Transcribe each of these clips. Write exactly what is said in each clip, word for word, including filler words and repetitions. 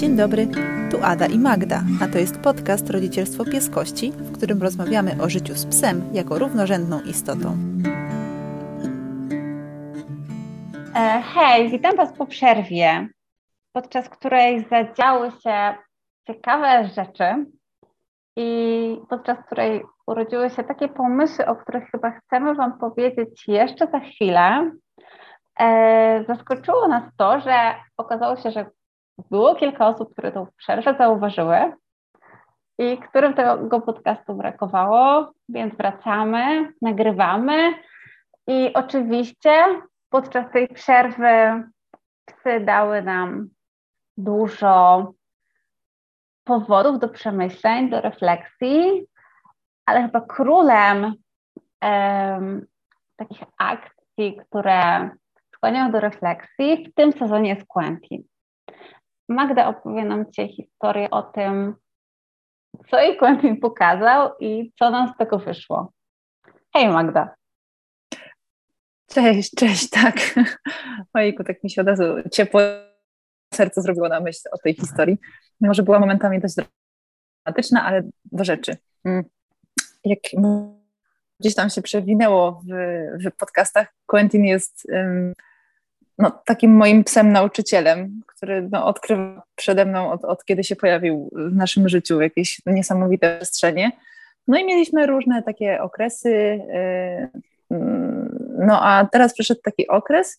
Dzień dobry, tu Ada i Magda, a to jest podcast Rodzicielstwo Pieskości, w którym rozmawiamy o życiu z psem jako równorzędną istotą. E, hej, witam Was po przerwie, podczas której zadziały się ciekawe rzeczy i podczas której urodziły się takie pomysły, o których chyba chcemy Wam powiedzieć jeszcze za chwilę. E, zaskoczyło nas to, że okazało się, że było kilka osób, które tą przerwę zauważyły i którym tego podcastu brakowało, więc wracamy, nagrywamy i oczywiście podczas tej przerwy psy dały nam dużo powodów do przemyśleń, do refleksji, ale chyba królem um, takich akcji, które skłaniają do refleksji w tym sezonie jest Quentin. Magda opowie nam dzisiaj historię o tym, co jej Quentin pokazał i co nam z tego wyszło. Hej Magda. Cześć, cześć, tak. Ojejku, tak mi się od razu ciepło serce zrobiło na myśl o tej historii. Mimo że była momentami dość dramatyczna, ale do rzeczy. Jak gdzieś tam się przewinęło w, w podcastach, Quentin jest um, no, takim moim psem nauczycielem, który no, odkrywa przede mną od, od kiedy się pojawił w naszym życiu jakieś niesamowite przestrzenie. No i mieliśmy różne takie okresy, yy, no a teraz przyszedł taki okres,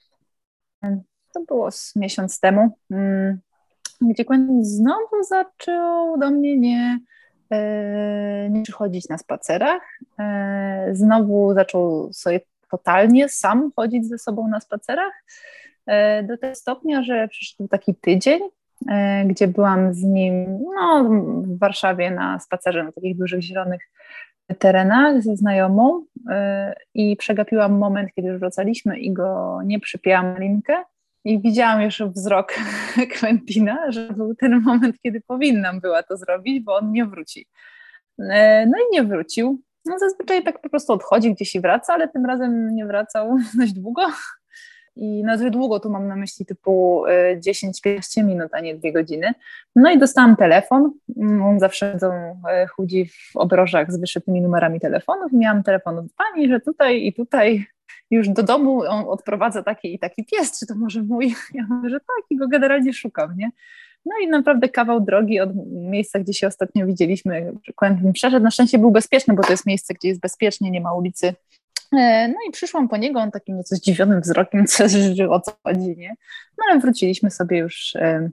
to było z miesiąc temu, yy, gdzie Quentin znowu zaczął do mnie nie, yy, nie przychodzić na spacerach, yy, znowu zaczął sobie totalnie sam chodzić ze sobą na spacerach, do tego stopnia, że przyszedł taki tydzień, gdzie byłam z nim no, w Warszawie na spacerze na takich dużych zielonych terenach ze znajomą i przegapiłam moment, kiedy już wracaliśmy i go nie przypięłam na linkę i widziałam już wzrok Quentina, że był ten moment, kiedy powinnam była to zrobić, bo on nie wróci. No i nie wrócił. No zazwyczaj tak po prostu odchodzi gdzieś i wraca, ale tym razem nie wracał dość długo. I na dość długo tu mam na myśli typu dziesięć piętnaście minut, a nie dwie godziny. No i dostałam telefon. On zawsze chodzą chudzi w obrożach z wyszytymi numerami telefonów. Miałam telefon od pani, że tutaj i tutaj już do domu on odprowadza taki i taki pies, czy to może mój? Ja mówię, że tak i go generalnie szukam, nie? No i naprawdę kawał drogi od miejsca, gdzie się ostatnio widzieliśmy, Quentin przeszedł. Na szczęście był bezpieczny, bo to jest miejsce, gdzie jest bezpiecznie, nie ma ulicy. No i przyszłam po niego, on takim nieco zdziwionym wzrokiem, co, o co chodzi, nie? No ale wróciliśmy sobie już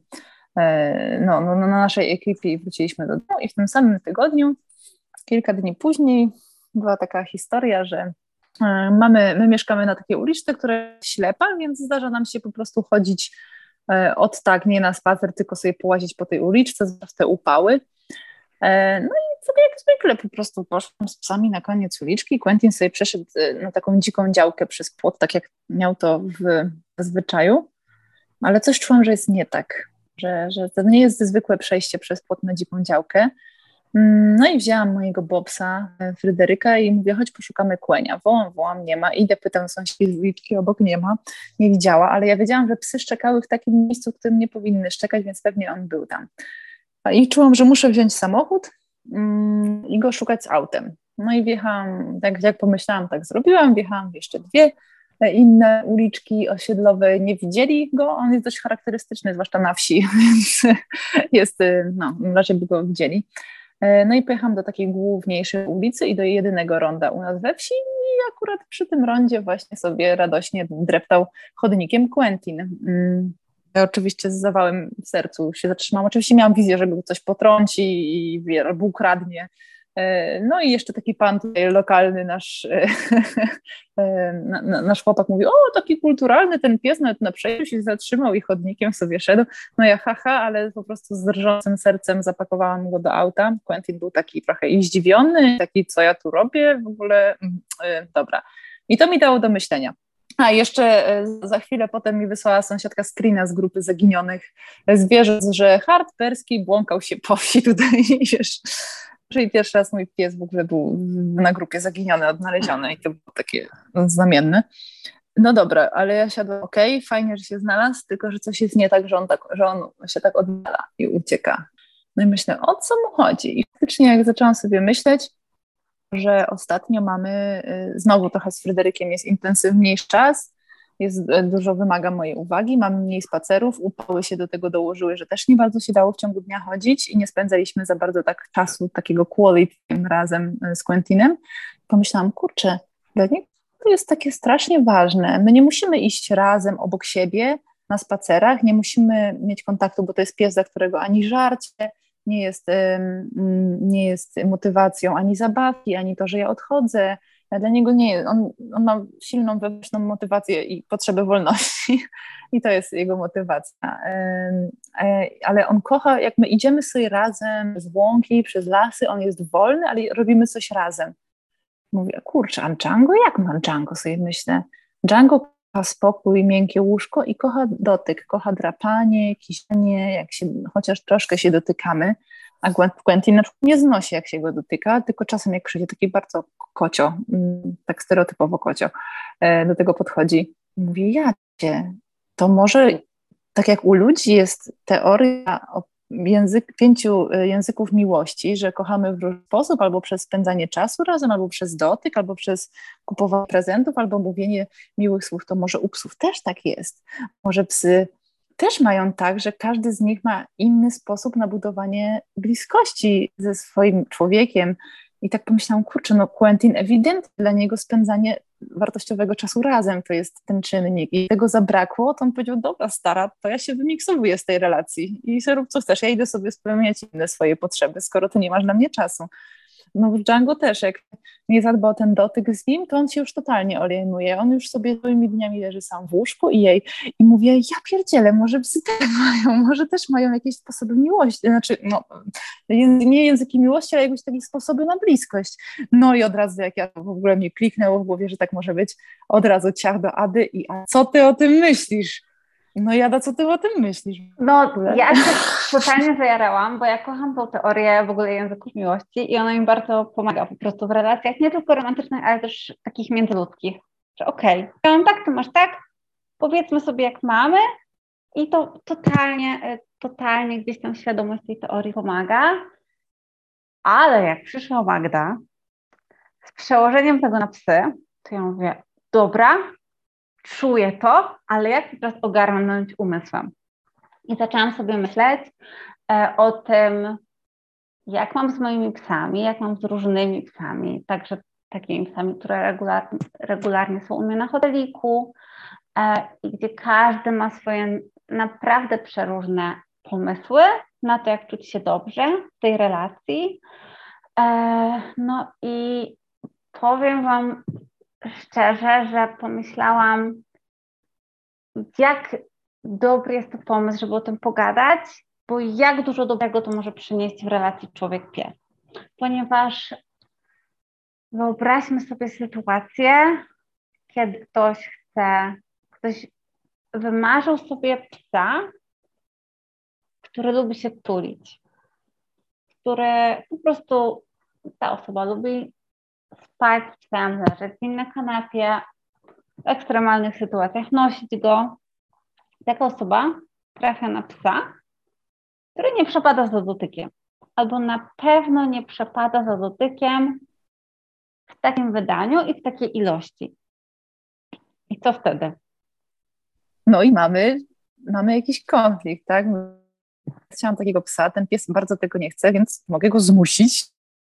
no, no, na naszej ekipie i wróciliśmy do domu i w tym samym tygodniu, kilka dni później, była taka historia, że mamy, my mieszkamy na takiej uliczce, która jest ślepa, więc zdarza nam się po prostu chodzić od tak, nie na spacer, tylko sobie połazić po tej uliczce, w te upały. No i sobie jak zwykle po prostu poszłam z psami na koniec uliczki. Quentin sobie przeszedł na taką dziką działkę przez płot, tak jak miał to w zwyczaju, ale coś czułam, że jest nie tak, że, że to nie jest zwykłe przejście przez płot na dziką działkę. No i wzięłam mojego Bobsa, Fryderyka i mówię, chodź poszukamy Quenia. Wołam, wołam, nie ma. Idę, pytam sąsiadki z uliczki obok, nie ma. Nie widziała, ale ja wiedziałam, że psy szczekały w takim miejscu, w którym nie powinny szczekać, więc pewnie on był tam. I czułam, że muszę wziąć samochód mm, i go szukać z autem. No i wjechałam, tak jak pomyślałam, tak zrobiłam, wjechałam w jeszcze dwie inne uliczki osiedlowe, nie widzieli go, on jest dość charakterystyczny, zwłaszcza na wsi, więc jest, no, raczej by go widzieli. No i pojechałam do takiej główniejszej ulicy i do jedynego ronda u nas we wsi i akurat przy tym rondzie właśnie sobie radośnie dreptał chodnikiem Quentin. Ja oczywiście z zawałem w sercu się zatrzymałam. Oczywiście miałam wizję, że go coś potrąci i wie, albo ukradnie. No i jeszcze taki pan tutaj lokalny, nasz, nasz chłopak mówi, o taki kulturalny ten pies, nawet na przejściu się zatrzymał i chodnikiem sobie szedł. No ja haha, ale po prostu z drżącym sercem zapakowałam go do auta. Quentin był taki trochę zdziwiony, taki co ja tu robię w ogóle, dobra. I to mi dało do myślenia. A jeszcze za chwilę potem mi wysłała sąsiadka screena z grupy zaginionych zwierząt, że hart perski błąkał się po wsi tutaj, wiesz. Czyli pierwszy raz mój pies w ogóle był na grupie zaginiony, odnaleziony i to było takie znamienne. no dobra, ale ja siadłam, okej, okay, fajnie, że się znalazł, tylko że coś jest nie tak, że on, tak, że on się tak oddala i ucieka. No i myślę, o co mu chodzi? I faktycznie jak zaczęłam sobie myśleć, że ostatnio mamy, znowu trochę z Fryderykiem jest intensywniejszy czas, jest, dużo wymaga mojej uwagi, mam mniej spacerów, upały się do tego dołożyły, że też nie bardzo się dało w ciągu dnia chodzić i nie spędzaliśmy za bardzo tak czasu, takiego quality time razem z Quentinem. Pomyślałam, kurczę, dla niego to jest takie strasznie ważne. My nie musimy iść razem obok siebie na spacerach, nie musimy mieć kontaktu, bo to jest pies, dla którego ani żarcie nie jest, nie jest motywacją, ani zabawki, ani to, że ja odchodzę. Ja dla niego nie jest. On, on ma silną wewnętrzną motywację i potrzebę wolności i to jest jego motywacja. Ale on kocha, jak my idziemy sobie razem z łąki, przez lasy, on jest wolny, ale robimy coś razem. Mówię, kurczę, a Django? Jak mam Django? Sobie myślę. Django kocha spokój, miękkie łóżko i kocha dotyk, kocha drapanie, kiszenie, jak się, chociaż troszkę się dotykamy, a Quentin na przykład nie znosi, jak się go dotyka, tylko czasem jak przyjdzie taki bardzo kocio, tak stereotypowo kocio, do tego podchodzi. Mówi, jacie, to może tak jak u ludzi jest teoria o Język, pięciu języków miłości, że kochamy w różny sposób, albo przez spędzanie czasu razem, albo przez dotyk, albo przez kupowanie prezentów, albo mówienie miłych słów, to może u psów też tak jest. Może psy też mają tak, że każdy z nich ma inny sposób na budowanie bliskości ze swoim człowiekiem. I tak pomyślałam, kurczę, no Quentin ewidentnie dla niego spędzanie wartościowego czasu razem to jest ten czynnik i tego zabrakło, to on powiedział, dobra stara, to ja się wymiksowuję z tej relacji i sobie rób co chcesz, ja idę sobie spełniać inne swoje potrzeby, skoro ty nie masz na mnie czasu. No w Django też, jak nie zadba o ten dotyk z nim, to on się już totalnie alienuje, on już sobie całymi dniami leży sam w łóżku i jej, i mówię, ja pierdzielę, może psy też mają, może też mają jakieś sposoby miłości, znaczy, no, nie języki miłości, ale jakieś takie sposoby na bliskość. No i od razu, jak ja w ogóle mnie kliknęło w głowie, że tak może być, od razu ciach do Ady i a co ty o tym myślisz? No Jada, co ty o tym myślisz? No, ja się totalnie zajarałam, bo ja kocham tą teorię w ogóle języków miłości i ona mi bardzo pomaga po prostu w relacjach, nie tylko romantycznych, ale też takich międzyludzkich. Że okej, okay, ja mam tak, ty masz tak, powiedzmy sobie jak mamy i to totalnie, totalnie gdzieś tam świadomość tej teorii pomaga, ale jak przyszła Magda z przełożeniem tego na psy, to ja mówię, dobra, czuję to, ale jak teraz ogarnąć umysłem? I zaczęłam sobie myśleć e, o tym, jak mam z moimi psami, jak mam z różnymi psami, także takimi psami, które regular, regularnie są u mnie na hoteliku e, i gdzie każdy ma swoje naprawdę przeróżne pomysły na to, jak czuć się dobrze w tej relacji. E, no i powiem Wam szczerze, że pomyślałam, jak dobry jest to pomysł, żeby o tym pogadać, bo jak dużo dobrego to może przynieść w relacji człowiek-pies. Ponieważ wyobraźmy sobie sytuację, kiedy ktoś chce, ktoś wymarzył sobie psa, który lubi się tulić, który po prostu ta osoba lubi spać z psem, leżeć z nim na kanapie, w ekstremalnych sytuacjach nosić go. Taka osoba trafia na psa, który nie przepada za dotykiem, albo na pewno nie przepada za dotykiem w takim wydaniu i w takiej ilości. I co wtedy? No i mamy, mamy jakiś konflikt, tak? Chciałam takiego psa, ten pies bardzo tego nie chce, więc mogę go zmusić.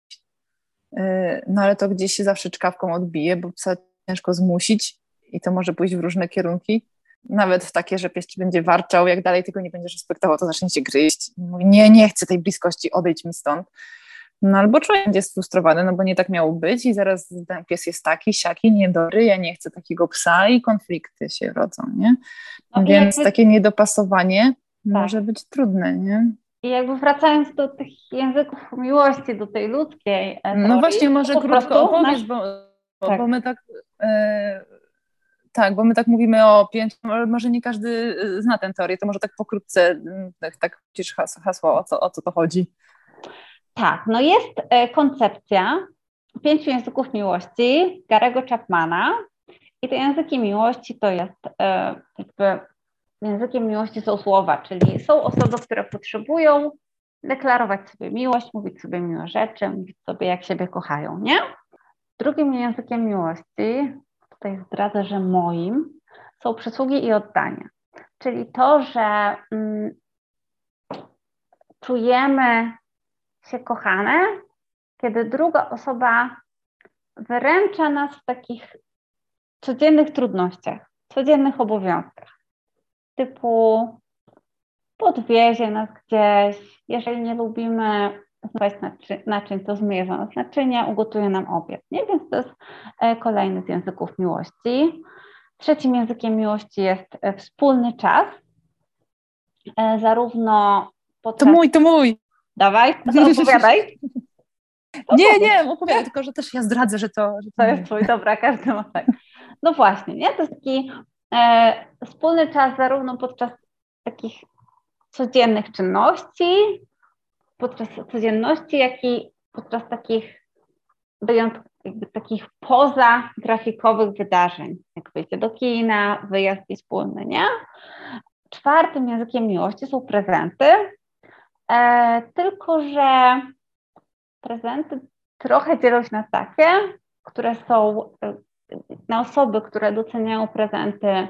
No ale to gdzieś się zawsze czkawką odbije, bo psa ciężko zmusić i to może pójść w różne kierunki. Nawet w takie, że pies ci będzie warczał, jak dalej tego nie będziesz respektował, to zacznie cię gryźć. Mówi, nie, nie chcę tej bliskości, odejdź mi stąd. No albo człowiek będzie sfrustrowany, no bo nie tak miało być i zaraz ten pies jest taki, siaki, niedobry, ja nie chcę takiego psa i konflikty się rodzą, nie? No więc jakby takie niedopasowanie tak może być trudne, nie? I jakby wracając do tych języków miłości, do tej ludzkiej teorii, no właśnie może krótko opowiedz, nasz... bo, bo, tak. bo my tak... E... Tak, bo my tak mówimy o pięciu, ale może nie każdy zna tę teorię, to może tak pokrótce, tak, tak wcisz hasło, o co, o co to chodzi. Tak, no jest koncepcja pięciu języków miłości Gary'ego Chapmana I te języki miłości to jest e, jakby językiem miłości są słowa, czyli są osoby, które potrzebują deklarować sobie miłość, mówić sobie miłe rzeczy, mówić sobie, jak siebie kochają, nie? Drugim językiem miłości, tutaj zdradzę, że moim, są przysługi i oddanie. Czyli to, że mm, czujemy się kochane, kiedy druga osoba wyręcza nas w takich codziennych trudnościach, codziennych obowiązkach, typu podwiezie nas gdzieś, jeżeli nie lubimy zmywać naczy- naczyń, to zmyje za nas naczynia, ugotuje nam obiad, nie? Więc to jest e, kolejny z języków miłości. Trzecim językiem miłości jest e, wspólny czas, e, zarówno podczas... To mój, to mój! Dawaj, to opowiadaj. Nie, nie, opowiadaj, tylko że też ja zdradzę, że to... Że To jest twój, dobra, każdy ma tak. No właśnie, nie? To jest taki e, wspólny czas zarówno podczas takich codziennych czynności, podczas codzienności, jak i podczas takich wyjątkowych, jakby takich pozagrafikowych wydarzeń, jak wyjście do kina, wyjazd wspólny, nie? Czwartym językiem miłości są prezenty, e, tylko że prezenty trochę dzielą się na takie, które są na osoby, które doceniają prezenty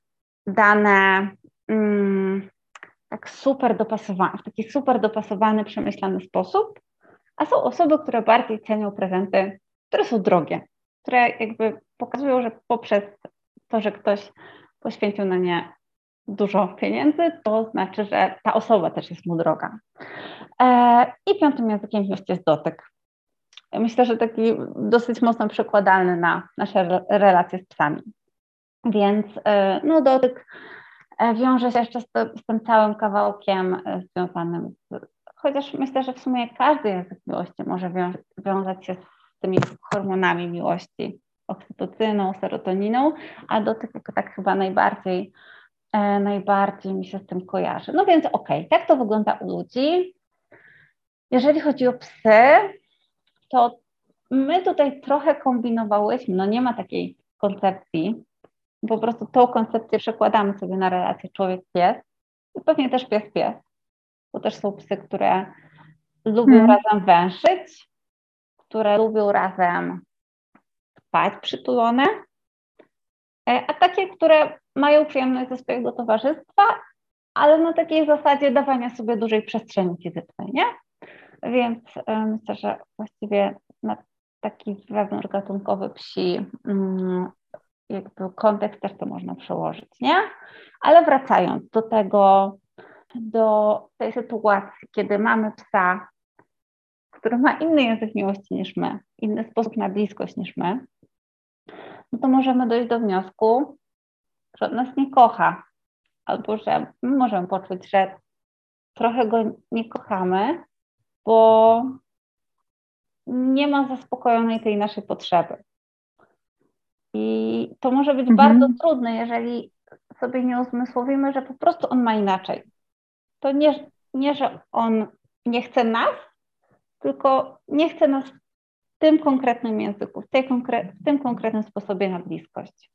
dane mm, tak super dopasowane, w taki super dopasowany, przemyślany sposób, a są osoby, które bardziej cenią prezenty, które są drogie, które jakby pokazują, że poprzez to, że ktoś poświęcił na nie dużo pieniędzy, to znaczy, że ta osoba też jest mu droga. E, I piątym językiem miłości jest dotyk. Myślę, że taki dosyć mocno przekładalny na nasze relacje z psami. Więc no, dotyk wiąże się jeszcze z, to, z tym całym kawałkiem związanym z... Chociaż myślę, że w sumie każdy język miłości może wią- wiązać się z tymi hormonami miłości, oksytocyną, serotoniną, a dotyk jako tak chyba najbardziej, e, najbardziej mi się z tym kojarzy. No więc okej, okay, tak to wygląda u ludzi. Jeżeli chodzi o psy, to my tutaj trochę kombinowałyśmy, no nie ma takiej koncepcji, po prostu tą koncepcję przekładamy sobie na relację człowiek-pies i pewnie też pies-pies, bo też są psy, które lubią hmm. razem węszyć, które lubią razem spać przytulone, a takie, które mają przyjemność ze swojego towarzystwa, ale na takiej zasadzie dawania sobie dużej przestrzeni fizycznej, nie? Więc y, myślę, że właściwie na taki wewnątrzgatunkowy psi mm, jakby kontekst też to można przełożyć, nie? Ale wracając do tego, do tej sytuacji, kiedy mamy psa, który ma inny język miłości niż my, inny sposób na bliskość niż my, no to możemy dojść do wniosku, że on nas nie kocha, albo że my możemy poczuć, że trochę go nie kochamy, bo nie ma zaspokojonej tej naszej potrzeby. I to może być mhm. bardzo trudne, jeżeli sobie nie uzmysłowimy, że po prostu on ma inaczej. To nie, nie, że on nie chce nas, tylko nie chce nas w tym konkretnym języku, w, tej konkre- w tym konkretnym sposobie na bliskość.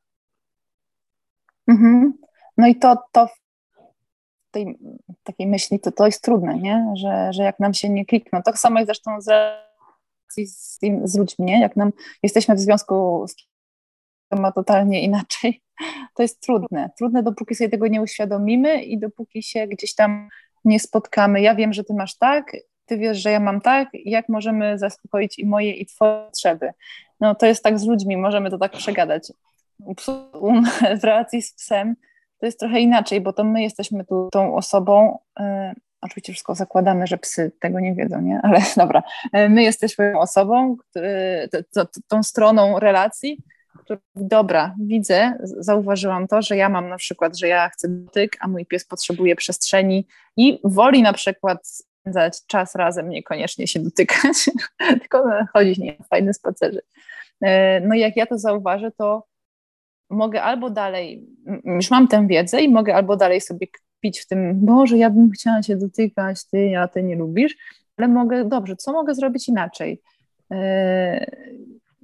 Mhm. No i to, to w tej takiej myśli, to to jest trudne, nie? Że, że jak nam się nie klikną. Tak samo jest zresztą z relacji z, z ludźmi, nie? Jak nam jesteśmy w związku z to ma totalnie inaczej, to jest trudne. Trudne, dopóki sobie tego nie uświadomimy i dopóki się gdzieś tam nie spotkamy. Ja wiem, że ty masz tak, ty wiesz, że ja mam tak, jak możemy zaspokoić i moje, i twoje potrzeby. No to jest tak z ludźmi, możemy to tak przegadać. W relacji z psem to jest trochę inaczej, bo to my jesteśmy tu tą osobą, yy, oczywiście wszystko zakładamy, że psy tego nie wiedzą, nie? Ale dobra, my jesteśmy osobą, który, to, to, tą stroną relacji, która, dobra, widzę, zauważyłam to, że ja mam na przykład, że ja chcę dotyk, a mój pies potrzebuje przestrzeni i woli na przykład spędzać czas razem, niekoniecznie się dotykać, tylko chodzić nie, w fajnym spacerze. No i jak ja to zauważę, to mogę albo dalej, już mam tę wiedzę i mogę albo dalej sobie kpić w tym, Boże, ja bym chciała cię dotykać, ty, a ty nie lubisz, ale mogę, dobrze, co mogę zrobić inaczej?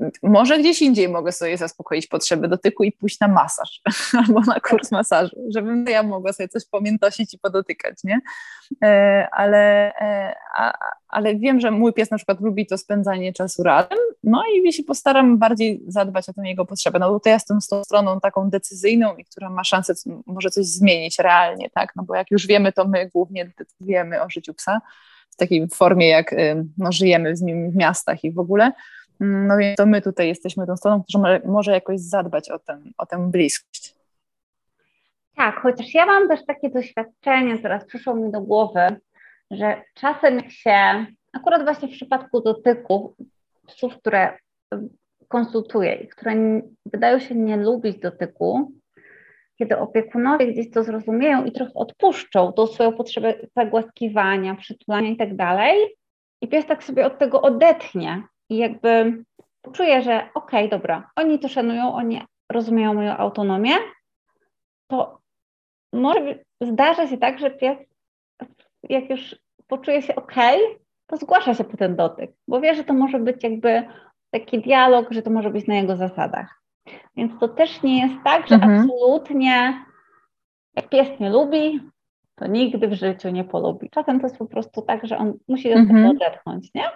może gdzieś indziej mogę sobie zaspokoić potrzeby dotyku i pójść na masaż albo na kurs masażu, żebym ja mogła sobie coś pomiętosić i podotykać, nie? Ale, a, ale wiem, że mój pies na przykład lubi to spędzanie czasu razem, no i się postaram bardziej zadbać o tę jego potrzebę, no bo to ja jestem z tą stroną taką decyzyjną i która ma szansę może coś zmienić realnie, tak? No bo jak już wiemy, to my głównie decydujemy o życiu psa w takiej formie, jak no, żyjemy z nim w miastach i w ogóle. No więc to my tutaj jesteśmy tą stroną, która może jakoś zadbać o tę, o tę bliskość. Tak, chociaż ja mam też takie doświadczenie, teraz przyszło mi do głowy, że czasem jak się, akurat właśnie w przypadku dotyku psów, które konsultuję i które nie, wydają się nie lubić dotyku, kiedy opiekunowie gdzieś to zrozumieją i trochę odpuszczą tą swoją potrzebę zagłaskiwania, przytulania i tak dalej, i pies tak sobie od tego odetchnie i jakby poczuje, że okej, okay, dobra, oni to szanują, oni rozumieją moją autonomię, to może zdarza się tak, że pies, jak już poczuje się okej, okay, to zgłasza się po ten dotyk, bo wie, że to może być jakby taki dialog, że to może być na jego zasadach. Więc to też nie jest tak, że mhm. absolutnie jak pies nie lubi, to nigdy w życiu nie polubi. Czasem to jest po prostu tak, że on musi od tego odetchnąć, nie?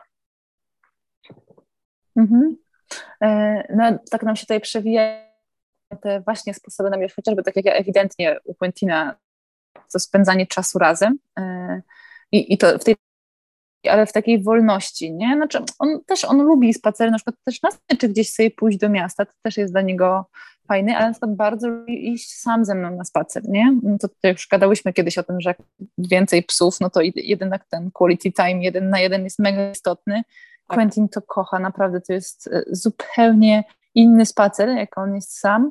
Mhm. No tak nam się tutaj przewija te właśnie sposoby na mnie, chociażby tak jak ja ewidentnie u Quentina, to spędzanie czasu razem i, i to w tej, ale w takiej wolności, nie? Znaczy on też, on lubi spacery, na przykład też na czy gdzieś sobie pójść do miasta, to też jest dla niego fajny, ale na przykład bardzo lubi iść sam ze mną na spacer, nie? No to już gadałyśmy kiedyś o tym, że jak więcej psów, no to jednak ten quality time jeden na jeden jest mega istotny. Tak. Quentin to kocha, naprawdę to jest zupełnie inny spacer, jak on jest sam.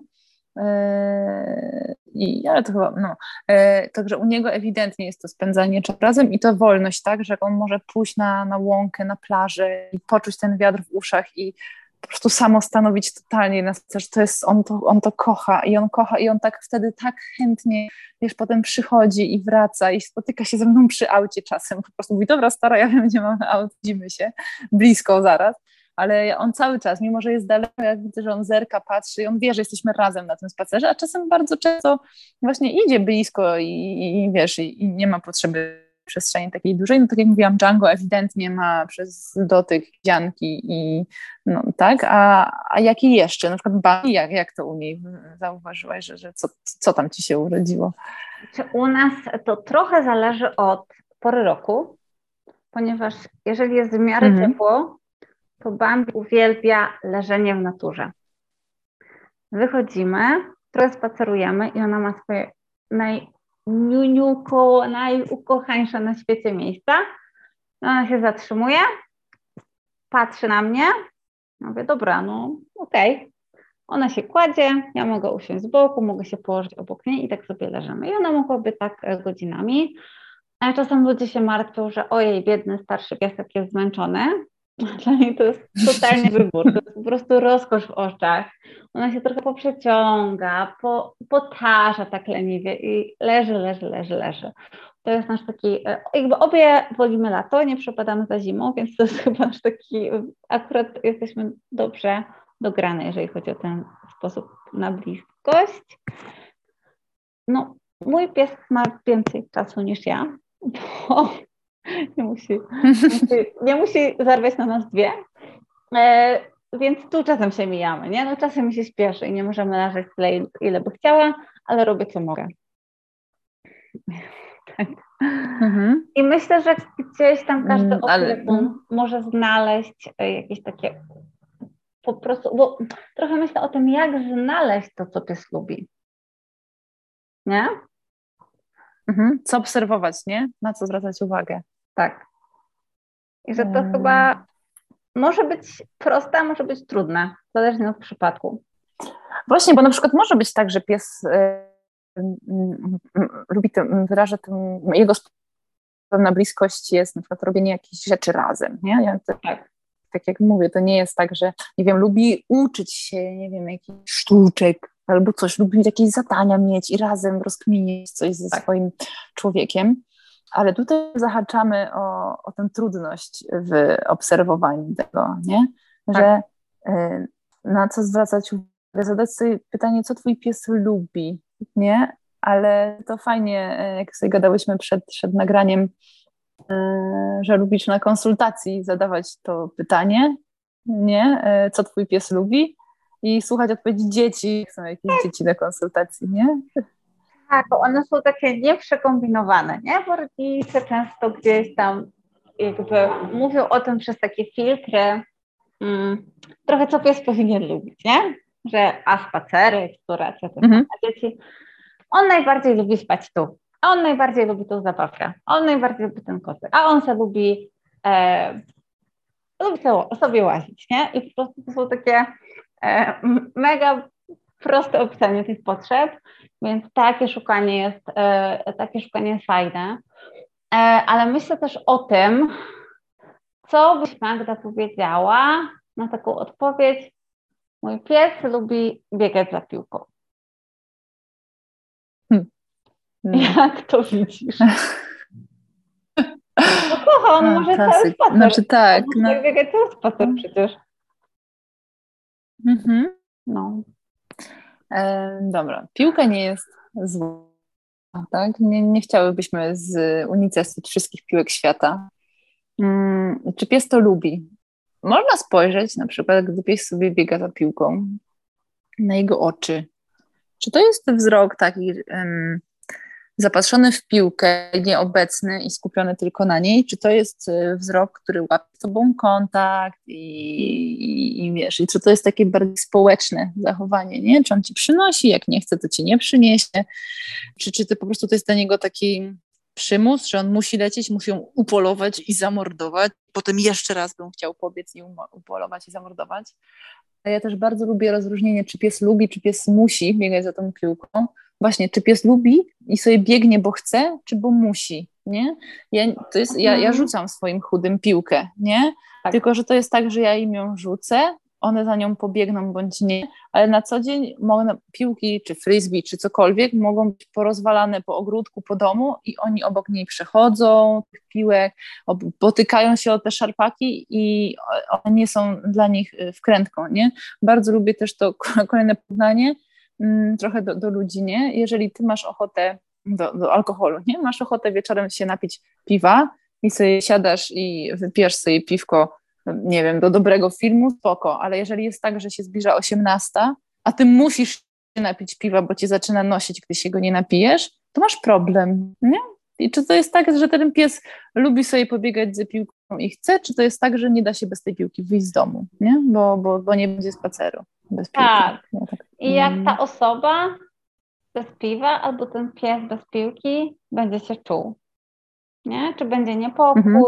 I, ale to chyba, no, także u niego ewidentnie jest to spędzanie czasu razem i to wolność, tak, że on może pójść na, na łąkę, na plażę i poczuć ten wiatr w uszach i po prostu samo stanowić totalnie na spacerze, to jest, on to, on to kocha i on kocha i on tak wtedy tak chętnie, wiesz, potem przychodzi i wraca i spotyka się ze mną przy aucie czasem, po prostu mówi, dobra stara, ja wiem, gdzie mamy auto, widzimy się, blisko zaraz. Ale on cały czas, mimo że jest daleko, jak widzę, że on zerka, patrzy i on wie, że jesteśmy razem na tym spacerze, a czasem bardzo często właśnie idzie blisko i, i, i wiesz, i, i nie ma potrzeby przestrzeni takiej dużej. No tak jak mówiłam, Django ewidentnie ma przez dotyk dzianki i no tak, a, a jaki jeszcze? Na przykład Bambi, jak, jak to u niej zauważyłaś, że, że co, co tam ci się urodziło? U nas to trochę zależy od pory roku, ponieważ jeżeli jest w miarę mhm. ciepło, to Bambi uwielbia leżenie w naturze. Wychodzimy, trochę spacerujemy i ona ma swoje najniuniuko, najukochańsze na świecie miejsca. Ona się zatrzymuje, patrzy na mnie, mówię, dobra, no okej. Okay. Ona się kładzie, ja mogę usiąść z boku, mogę się położyć obok niej i tak sobie leżymy. I ona mogłaby tak godzinami. A czasem ludzie się martwią, że ojej, biedny starszy piesek jest zmęczony. Dla niej to jest totalnie wybór, to jest po prostu rozkosz w oczach. Ona się trochę poprzeciąga, po, potarza tak leniwie i leży, leży, leży, leży. To jest nasz taki, jakby obie wolimy lato, nie przepadamy za zimą, więc to jest chyba nasz taki, akurat jesteśmy dobrze dograne, jeżeli chodzi o ten sposób na bliskość. No, mój pies ma więcej czasu niż ja, bo nie musi, nie musi, nie musi zarwać na nas dwie, e, więc tu czasem się mijamy, nie? No czasem mi się śpieszy i nie możemy leżeć tyle, ile by chciała, ale robię co mogę. Tak. Mhm. I myślę, że gdzieś tam każdy opiekun ale... może znaleźć jakieś takie po prostu, bo trochę myślę o tym, jak znaleźć to, co pies lubi. Nie? Mhm. Co obserwować, nie? Na co zwracać uwagę. Tak. I że to hmm. chyba może być proste, a może być trudne, zależnie od przypadku. Właśnie, bo na przykład może być tak, że pies y, y, y, lubi to, wyraża tę, jego pewna bliskość jest na przykład robienie jakichś rzeczy razem, nie? Ja to, tak. tak jak mówię, to nie jest tak, że, nie wiem, lubi uczyć się, nie wiem, jakichś sztuczek albo coś, lubi jakieś zadania mieć i razem rozkminić coś ze tak. swoim człowiekiem. Ale tutaj zahaczamy o, o tę trudność w obserwowaniu tego, nie? Że, tak. na co zwracać uwagę, zadać sobie pytanie, co twój pies lubi, nie? Ale to fajnie, jak sobie gadałyśmy przed, przed nagraniem, że lubisz na konsultacji zadawać to pytanie, nie? Co twój pies lubi i słuchać odpowiedzi dzieci, jak są jakieś dzieci na konsultacji, nie? Tak, bo one są takie nieprzekombinowane, nie? Bo rodzice często gdzieś tam jakby mówią o tym przez takie filtry, mm, trochę co pies powinien lubić, nie? Że a spacery, eksploracja, to mhm. A dzieci, on najbardziej lubi spać tu, a on najbardziej lubi tą zabawkę, a on najbardziej lubi ten kotek, a on se lubi, e, lubi sobie łazić, nie? I po prostu to są takie e, mega proste opisanie tych potrzeb, więc takie szukanie jest, e, takie szukanie jest fajne. E, ale myślę też o tym, co byś Magda powiedziała na taką odpowiedź: mój pies lubi biegać za piłką. Hmm. Jak to widzisz? No kocha, on A, może klasyk. Cały spacer. Znaczy tak. On może no. biegać cały spacer no. przecież. Mhm. No. E, dobra, piłka nie jest zła, tak? Nie, nie chciałybyśmy z unicestwić wszystkich piłek świata. Hmm, czy pies to lubi? Można spojrzeć na przykład, gdy pies sobie biega za piłką, na jego oczy. Czy to jest wzrok taki um, zapatrzony w piłkę, nieobecny i skupiony tylko na niej, czy to jest wzrok, który łapie z tobą kontakt i, i, i wiesz, i czy to jest takie bardziej społeczne zachowanie, nie? Czy on ci przynosi, jak nie chce, to ci nie przyniesie, czy, czy to po prostu to jest dla niego taki przymus, że on musi lecieć, musi ją upolować i zamordować, potem jeszcze raz bym chciał pobiec i upolować i zamordować. Ja też bardzo lubię rozróżnienie, czy pies lubi, czy pies musi biegać za tą piłką. Właśnie, czy pies lubi i sobie biegnie, bo chce, czy bo musi, nie? Ja, to jest, ja, ja rzucam swoim chudym piłkę, nie? Tak. Tylko, że to jest tak, że ja im ją rzucę, one za nią pobiegną bądź nie, ale na co dzień mogą, piłki, czy frisbee, czy cokolwiek mogą być porozwalane po ogródku, po domu i oni obok niej przechodzą, tych piłek, potykają się o te szarpaki i one nie są dla nich wkrętką, nie? Bardzo lubię też to kolejne porównanie, trochę do, do ludzi, nie? Jeżeli ty masz ochotę do, do alkoholu, nie? Masz ochotę wieczorem się napić piwa i sobie siadasz i wypijesz sobie piwko, nie wiem, do dobrego filmu, spoko, ale jeżeli jest tak, że się zbliża osiemnasta, a ty musisz się napić piwa, bo cię zaczyna nosić, gdy się go nie napijesz, to masz problem, nie? I czy to jest tak, że ten pies lubi sobie pobiegać za piłką i chce, czy to jest tak, że nie da się bez tej piłki wyjść z domu, nie? Bo, bo, bo nie będzie spaceru bez piłki. Tak. Ja tak. I jak ta osoba bez piwa albo ten pies bez piłki będzie się czuł, nie? Czy będzie niepokój, mhm.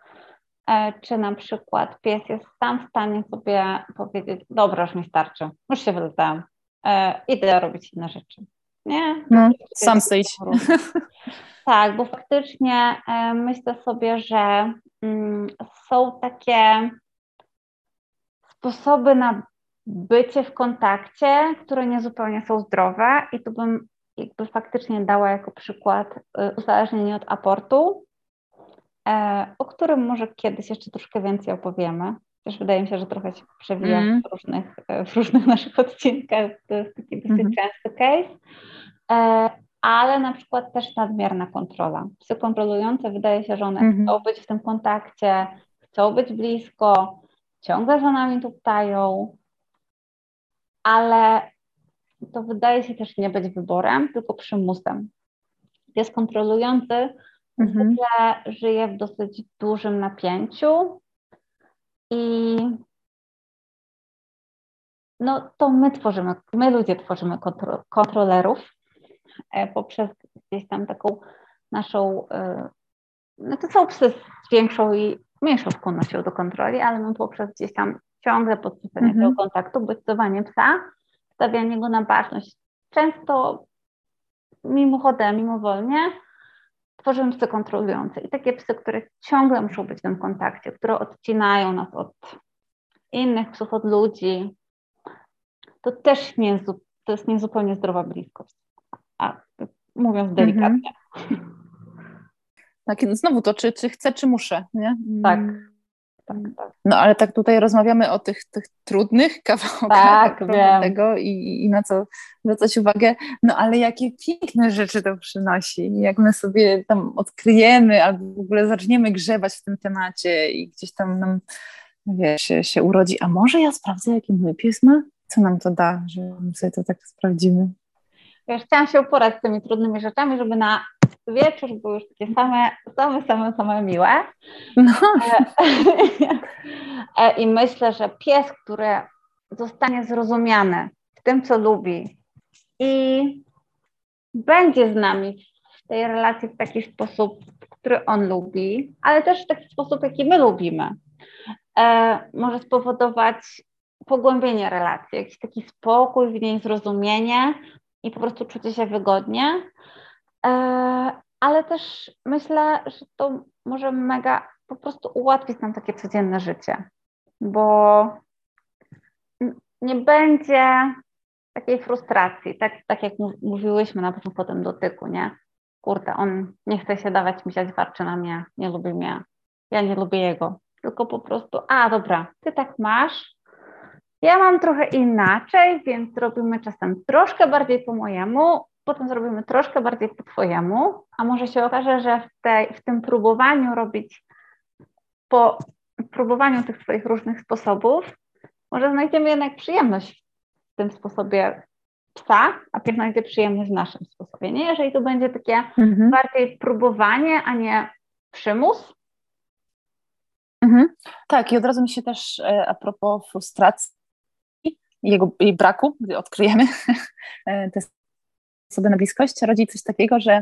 Czy na przykład pies jest sam w stanie sobie powiedzieć: dobra, już mi starczy, już się wyleczyłam, e, idę robić inne rzeczy, nie? No, sam sejdź. Tak, bo faktycznie e, myślę sobie, że mm, są takie sposoby na bycie w kontakcie, które nie zupełnie są zdrowe i tu bym jakby faktycznie dała jako przykład y, uzależnienie od aportu, o którym może kiedyś jeszcze troszkę więcej opowiemy. Też wydaje mi się, że trochę się przewija mm. w, różnych, w różnych naszych odcinkach. To jest taki dosyć mm-hmm. częsty case. Ale na przykład też nadmierna kontrola. Psy kontrolujące, wydaje się, że one mm-hmm. chcą być w tym kontakcie, chcą być blisko, ciągle za nami tuptają, ale to wydaje się też nie być wyborem, tylko przymusem. Pies kontrolujący Mhm. zwykle żyje w dosyć dużym napięciu i no to my tworzymy, my ludzie tworzymy kontro, kontrolerów e, poprzez gdzieś tam taką naszą, e, no to są psy z większą i mniejszą skłonnością do kontroli, ale my poprzez gdzieś tam ciągle podsycenie mhm. tego kontaktu, bodźcowanie psa, stawianie go na baczność, często mimochodem, mimowolnie, tworzymy psy kontrolujące i takie psy, które ciągle muszą być w tym kontakcie, które odcinają nas od innych psów, od ludzi. To też nie jest, to jest niezupełnie zdrowa bliskość, a mówiąc delikatnie. Mhm. Tak, znowu to, czy, czy chcę, czy muszę, nie? Tak. tak. No ale tak tutaj rozmawiamy o tych, tych trudnych kawałkach tak, tego i, i na co zwracać uwagę. No ale jakie piękne rzeczy to przynosi. Jak my sobie tam odkryjemy albo w ogóle zaczniemy grzebać w tym temacie i gdzieś tam nam, wiesz, się, się urodzi. A może ja sprawdzę, jaki mój pies ma? Co nam to da, że my sobie to tak sprawdzimy? Wiesz, chciałam się uporać z tymi trudnymi rzeczami, żeby na wieczór były już takie same, same, same, same miłe. No. I myślę, że pies, który zostanie zrozumiany w tym, co lubi i będzie z nami w tej relacji w taki sposób, który on lubi, ale też w taki sposób, jaki my lubimy, może spowodować pogłębienie relacji, jakiś taki spokój w niej, zrozumienie i po prostu czucie się wygodnie. Ale też myślę, że to może mega po prostu ułatwić nam takie codzienne życie, bo nie będzie takiej frustracji, tak, tak jak mówiłyśmy na początku po tym dotyku, nie? Kurde, on nie chce się dawać misiać, warczy na mnie, nie lubi mnie, ja nie lubię jego, tylko po prostu, a dobra, ty tak masz, ja mam trochę inaczej, więc robimy czasem troszkę bardziej po mojemu, potem zrobimy troszkę bardziej po twojemu, a może się okaże, że w, tej, w tym próbowaniu robić, po próbowaniu tych swoich różnych sposobów, może znajdziemy jednak przyjemność w tym sposobie psa, a pies znajdzie przyjemność w naszym sposobie, nie? Jeżeli to będzie takie mhm. bardziej próbowanie, a nie przymus. Mhm. Tak, i od razu mi się też e, a propos frustracji i jego, jej braku, gdy odkryjemy te sobie na bliskość, rodzi coś takiego, że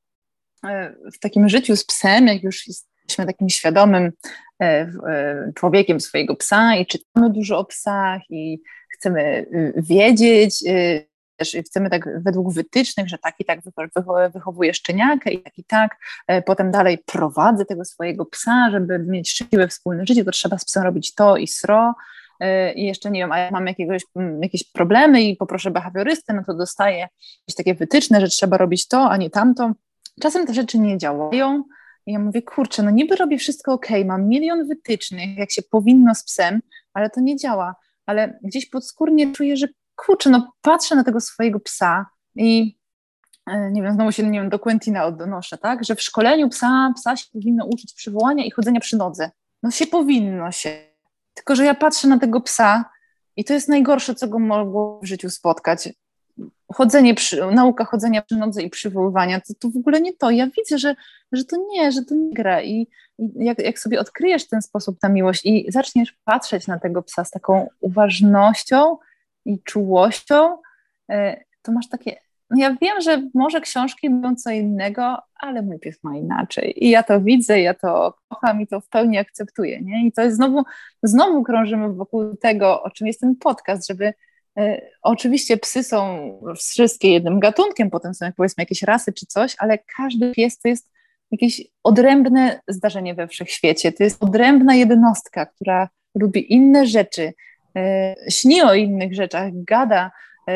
w takim życiu z psem, jak już jesteśmy takim świadomym człowiekiem swojego psa i czytamy dużo o psach i chcemy wiedzieć, też chcemy tak według wytycznych, że tak i tak wychowuję szczeniakę i tak i tak, potem dalej prowadzę tego swojego psa, żeby mieć szczęśliwe wspólne życie, to trzeba z psem robić to i sro. I jeszcze nie wiem, a jak mam jakiegoś, jakieś problemy i poproszę behawiorystę, no to dostaję jakieś takie wytyczne, że trzeba robić to, a nie tamto. Czasem te rzeczy nie działają i ja mówię, kurczę, no niby robię wszystko okej, mam milion wytycznych, jak się powinno z psem, ale to nie działa. Ale gdzieś podskórnie czuję, że kurczę, no patrzę na tego swojego psa i nie wiem, znowu się nie wiem, do Quentina odnoszę, tak, że w szkoleniu psa, psa się powinno uczyć przywołania i chodzenia przy nodze. No się powinno się. Tylko że ja patrzę na tego psa i to jest najgorsze, co go mogło w życiu spotkać. Chodzenie, przy, nauka chodzenia przy nodze i przywoływania, to, to w ogóle nie to. Ja widzę, że, że to nie, że to nie gra. I, i jak, jak sobie odkryjesz w ten sposób tę miłość i zaczniesz patrzeć na tego psa z taką uważnością i czułością, to masz takie... No ja wiem, że może książki mówią co innego, ale mój pies ma inaczej. I ja to widzę, ja to kocham i to w pełni akceptuję, nie? I to jest znowu, znowu krążymy wokół tego, o czym jest ten podcast, żeby e, oczywiście psy są wszystkie jednym gatunkiem, potem są jak powiedzmy jakieś rasy czy coś, ale każdy pies to jest jakieś odrębne zdarzenie we wszechświecie. To jest odrębna jednostka, która lubi inne rzeczy, e, śni o innych rzeczach, gada,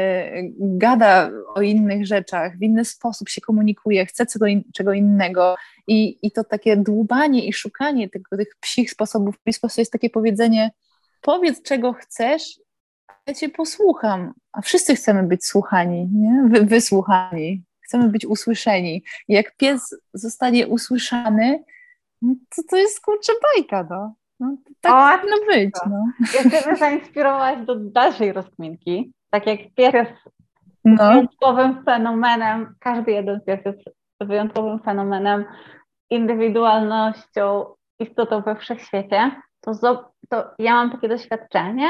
gada o innych rzeczach, w inny sposób się komunikuje, chce czego, in, czego innego I, i to takie dłubanie i szukanie tego, tych psich sposobów bliskości to jest takie powiedzenie, powiedz czego chcesz, ja cię posłucham, a wszyscy chcemy być słuchani, nie? Wy, wysłuchani, chcemy być usłyszeni i jak pies zostanie usłyszany, no to to jest kurczę bajka, no. No, tak powinno być. No. Ja Ciebie zainspirowałaś do dalszej rozkminki. Tak jak pies jest no. wyjątkowym fenomenem, każdy jeden pies jest wyjątkowym fenomenem, indywidualnością, istotą we wszechświecie, to, to ja mam takie doświadczenie,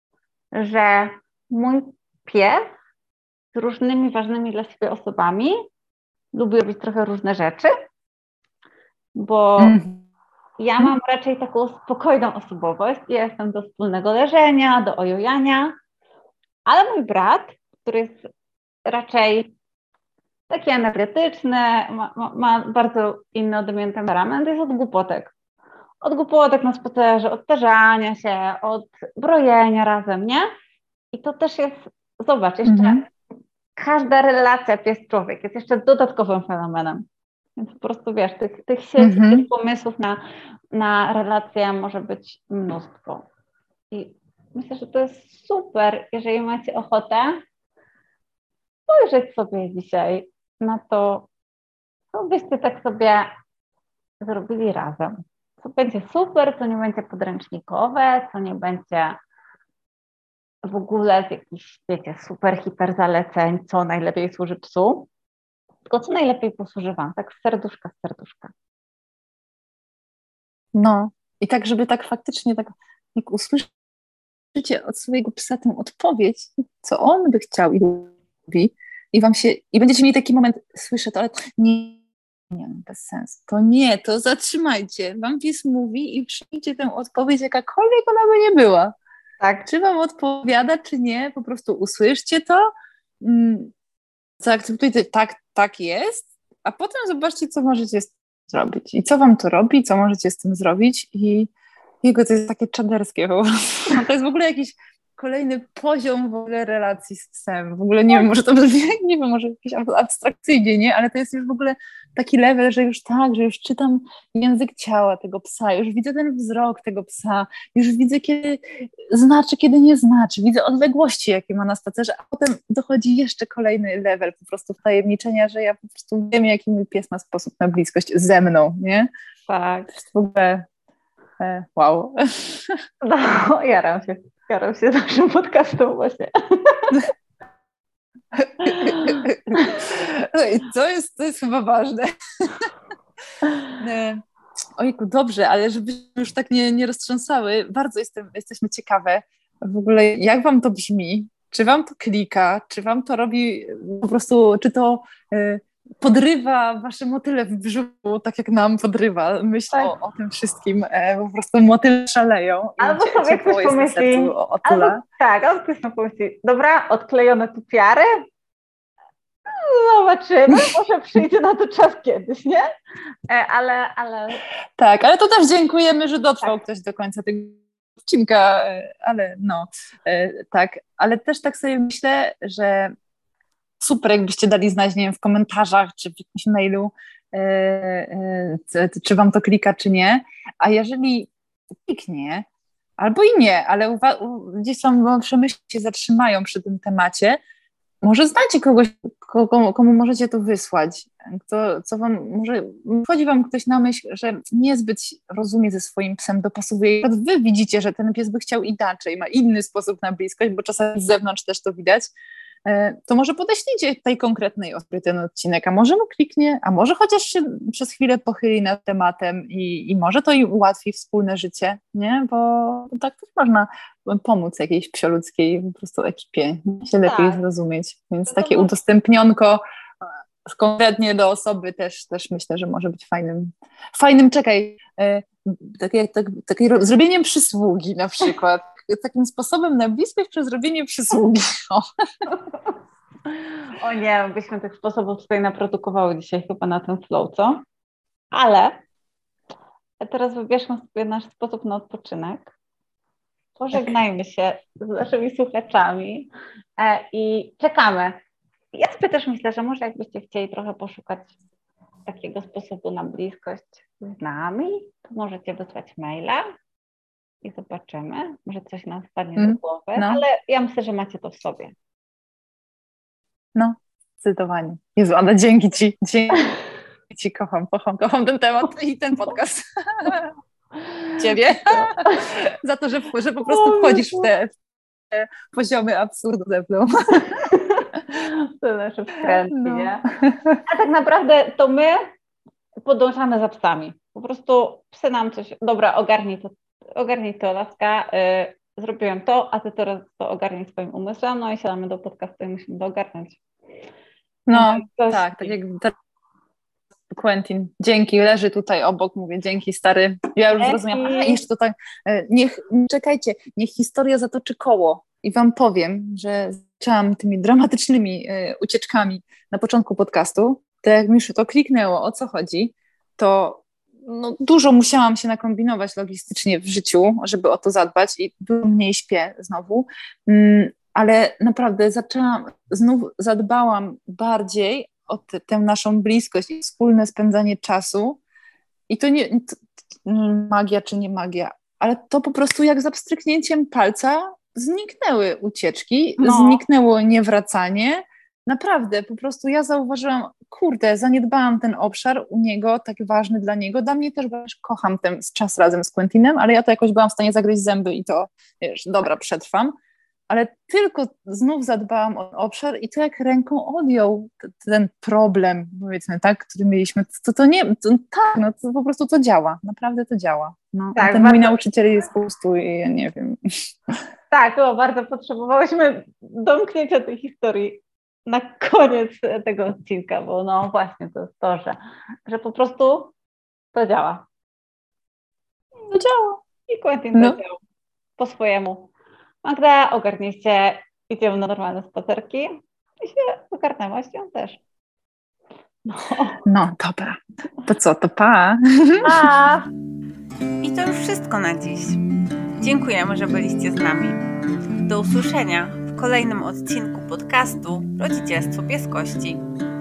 że mój pies z różnymi ważnymi dla siebie osobami lubi robić trochę różne rzeczy, bo mm. ja mam raczej taką spokojną osobowość. Ja jestem do wspólnego leżenia, do ojojania, ale mój brat, który jest raczej taki energetyczny, ma, ma, ma bardzo inny ode mnie temperament, jest od głupotek. Od głupotek na spacerze, od tarzania się, od brojenia razem, nie? I to też jest, zobacz, jeszcze mm-hmm. każda relacja pies-człowiek jest jeszcze dodatkowym fenomenem. Więc po prostu wiesz, tych, tych sieci, mm-hmm. tych pomysłów na, na relacje może być mnóstwo. I myślę, że to jest super, jeżeli macie ochotę spojrzeć sobie dzisiaj na to, co byście tak sobie zrobili razem. Co będzie super, co nie będzie podręcznikowe, co nie będzie w ogóle z jakichś, wiecie, super, hiper zaleceń, co najlepiej służy psu, tylko co najlepiej posłuży wam, tak z serduszka, z serduszka. No i tak, żeby tak faktycznie, tak jak usłyszycie od swojego psa tę odpowiedź, co on by chciał i lubi, i wam się, i będziecie mieli taki moment, słyszę to, ale nie, nie, bez sensu, to nie, to zatrzymajcie, wam pies mówi i przyjmijcie tę odpowiedź, jakakolwiek ona by nie była. Tak. Czy wam odpowiada, czy nie, po prostu usłyszcie to, zaakceptujcie, tak, tak jest, a potem zobaczcie, co możecie z tym zrobić i co wam to robi, co możecie z tym zrobić i jego to jest takie czaderskie po prostu. To jest w ogóle jakiś kolejny poziom w ogóle relacji z psem. W ogóle nie wiem, może to brzmi, nie wiem, może jakieś abstrakcyjnie, nie? Ale to jest już w ogóle taki level, że już tak, że już czytam język ciała tego psa, już widzę ten wzrok tego psa, już widzę, kiedy znaczy, kiedy nie znaczy, widzę odległości, jakie ma na spacerze, a potem dochodzi jeszcze kolejny level po prostu wtajemniczenia, że ja po prostu wiem, jaki mój pies ma sposób na bliskość ze mną, nie? Tak. To jest w ogóle e, wow. No, jaram się. Jaram się z naszym podcastem właśnie. No i to jest, to jest chyba ważne. Ojku, dobrze, ale żeby już tak nie, nie roztrząsały, bardzo jestem, jesteśmy ciekawe w ogóle, jak wam to brzmi, czy wam to klika, czy wam to robi po prostu, czy to y, podrywa wasze motyle w brzuchu, tak jak nam podrywa myśl tak. o, o tym wszystkim, e, po prostu motyle szaleją. Albo i sobie ktoś pomyśli, albo, tak, albo ktoś nam pomyśli, dobra, odklejone tu piary, zobaczymy, może przyjdzie na to czas kiedyś, nie? Ale, ale... Tak, ale to też dziękujemy, że dotrwał tak. ktoś do końca tego odcinka, ale no, tak, ale też tak sobie myślę, że super, jakbyście dali znać, nie wiem, w komentarzach, czy w jakimś mailu, czy wam to klika, czy nie, a jeżeli kliknie, albo i nie, ale uwa- gdzieś tam przemyśli się zatrzymają przy tym temacie, może znacie kogoś, komu, komu możecie to wysłać, kto, co wam, może wchodzi wam ktoś na myśl, że niezbyt rozumie ze swoim psem, dopasowuje, wy widzicie, że ten pies by chciał inaczej, ma inny sposób na bliskość, bo czasami z zewnątrz też to widać, to może podeślijcie tej konkretnej osobie ten odcinek, a może mu kliknie, a może chociaż się przez chwilę pochyli nad tematem i, i może to im ułatwi wspólne życie, nie? Bo tak też można pomóc jakiejś psioludzkiej po prostu ekipie, się lepiej tak. zrozumieć, więc to takie to udostępnionko konkretnie do osoby też, też myślę, że może być fajnym, fajnym, czekaj, e, takie, tak, takie zrobieniem przysługi na przykład, takim sposobem na bliskość przez zrobienie przysługi. O. o nie, byśmy tych sposobów tutaj naprodukowały dzisiaj chyba na ten flow, co? Ale teraz wybierzmy sobie nasz sposób na odpoczynek. Pożegnajmy się z naszymi słuchaczami e, i czekamy. Ja sobie też myślę, że może jakbyście chcieli trochę poszukać takiego sposobu na bliskość z nami, to możecie wysłać maila i zobaczymy. Może coś nam wpadnie mm, do głowy, no. Ale ja myślę, że macie to w sobie. No, zdecydowanie. Jezu, Ada, dzięki Ci. Dzięki Ci, kocham, kocham, kocham ten temat i ten podcast. Ciebie. Za to, że, że po prostu wchodzisz w te, w te poziomy absurdu ze mną. To nasze wkrętki, no. Nie? A tak naprawdę to my podążamy za psami. Po prostu psy nam coś, dobra, ogarnij to, ogarnij to, laska, yy, zrobiłem to, a ty teraz to ogarnij swoim umysłem, no i siadamy do podcastu i musimy to ogarnąć. No, no tak, tak jak Quentin, dzięki, leży tutaj obok, mówię, dzięki stary, ja już zrozumiałam, a jeszcze to tak, niech, czekajcie, niech historia zatoczy koło i wam powiem, że zaczęłam tymi dramatycznymi y, ucieczkami na początku podcastu, to jak mi już to kliknęło, o co chodzi, to no, dużo musiałam się nakombinować logistycznie w życiu, żeby o to zadbać i dużo mniej śpię znowu, mm, ale naprawdę zaczęłam, znów zadbałam bardziej o te, tę naszą bliskość i wspólne spędzanie czasu. I to nie to, magia czy nie magia, ale to po prostu jak za pstryknięciem palca zniknęły ucieczki, No. zniknęło niewracanie. Naprawdę, po prostu ja zauważyłam, kurde, zaniedbałam ten obszar u niego, tak ważny dla niego. Dla mnie też, bo też kocham ten czas razem z Quentinem, ale ja to jakoś byłam w stanie zagryźć zęby i to, wiesz, dobra, przetrwam. Ale tylko znów zadbałam o obszar i to jak ręką odjął t- ten problem, powiedzmy, tak, który mieliśmy, to, to nie, to, tak, no to po prostu to działa, naprawdę to działa. No, Tak, a ten bardzo... mój nauczyciel jest po prostu, ja nie wiem. Tak, no, bardzo potrzebowałyśmy domknięcia tej historii na koniec tego odcinka, bo no właśnie to jest to, że, że po prostu to działa. To działa. I Quentin No. to działa po swojemu. Magda, ogarnij się, idziemy na normalne spacerki i się ogarnęłaś, ją też. No. No, dobra. To co, to pa. A! I to już wszystko na dziś. Dziękujemy, że byliście z nami. Do usłyszenia w kolejnym odcinku podcastu Rodzicielstwo Pieskości.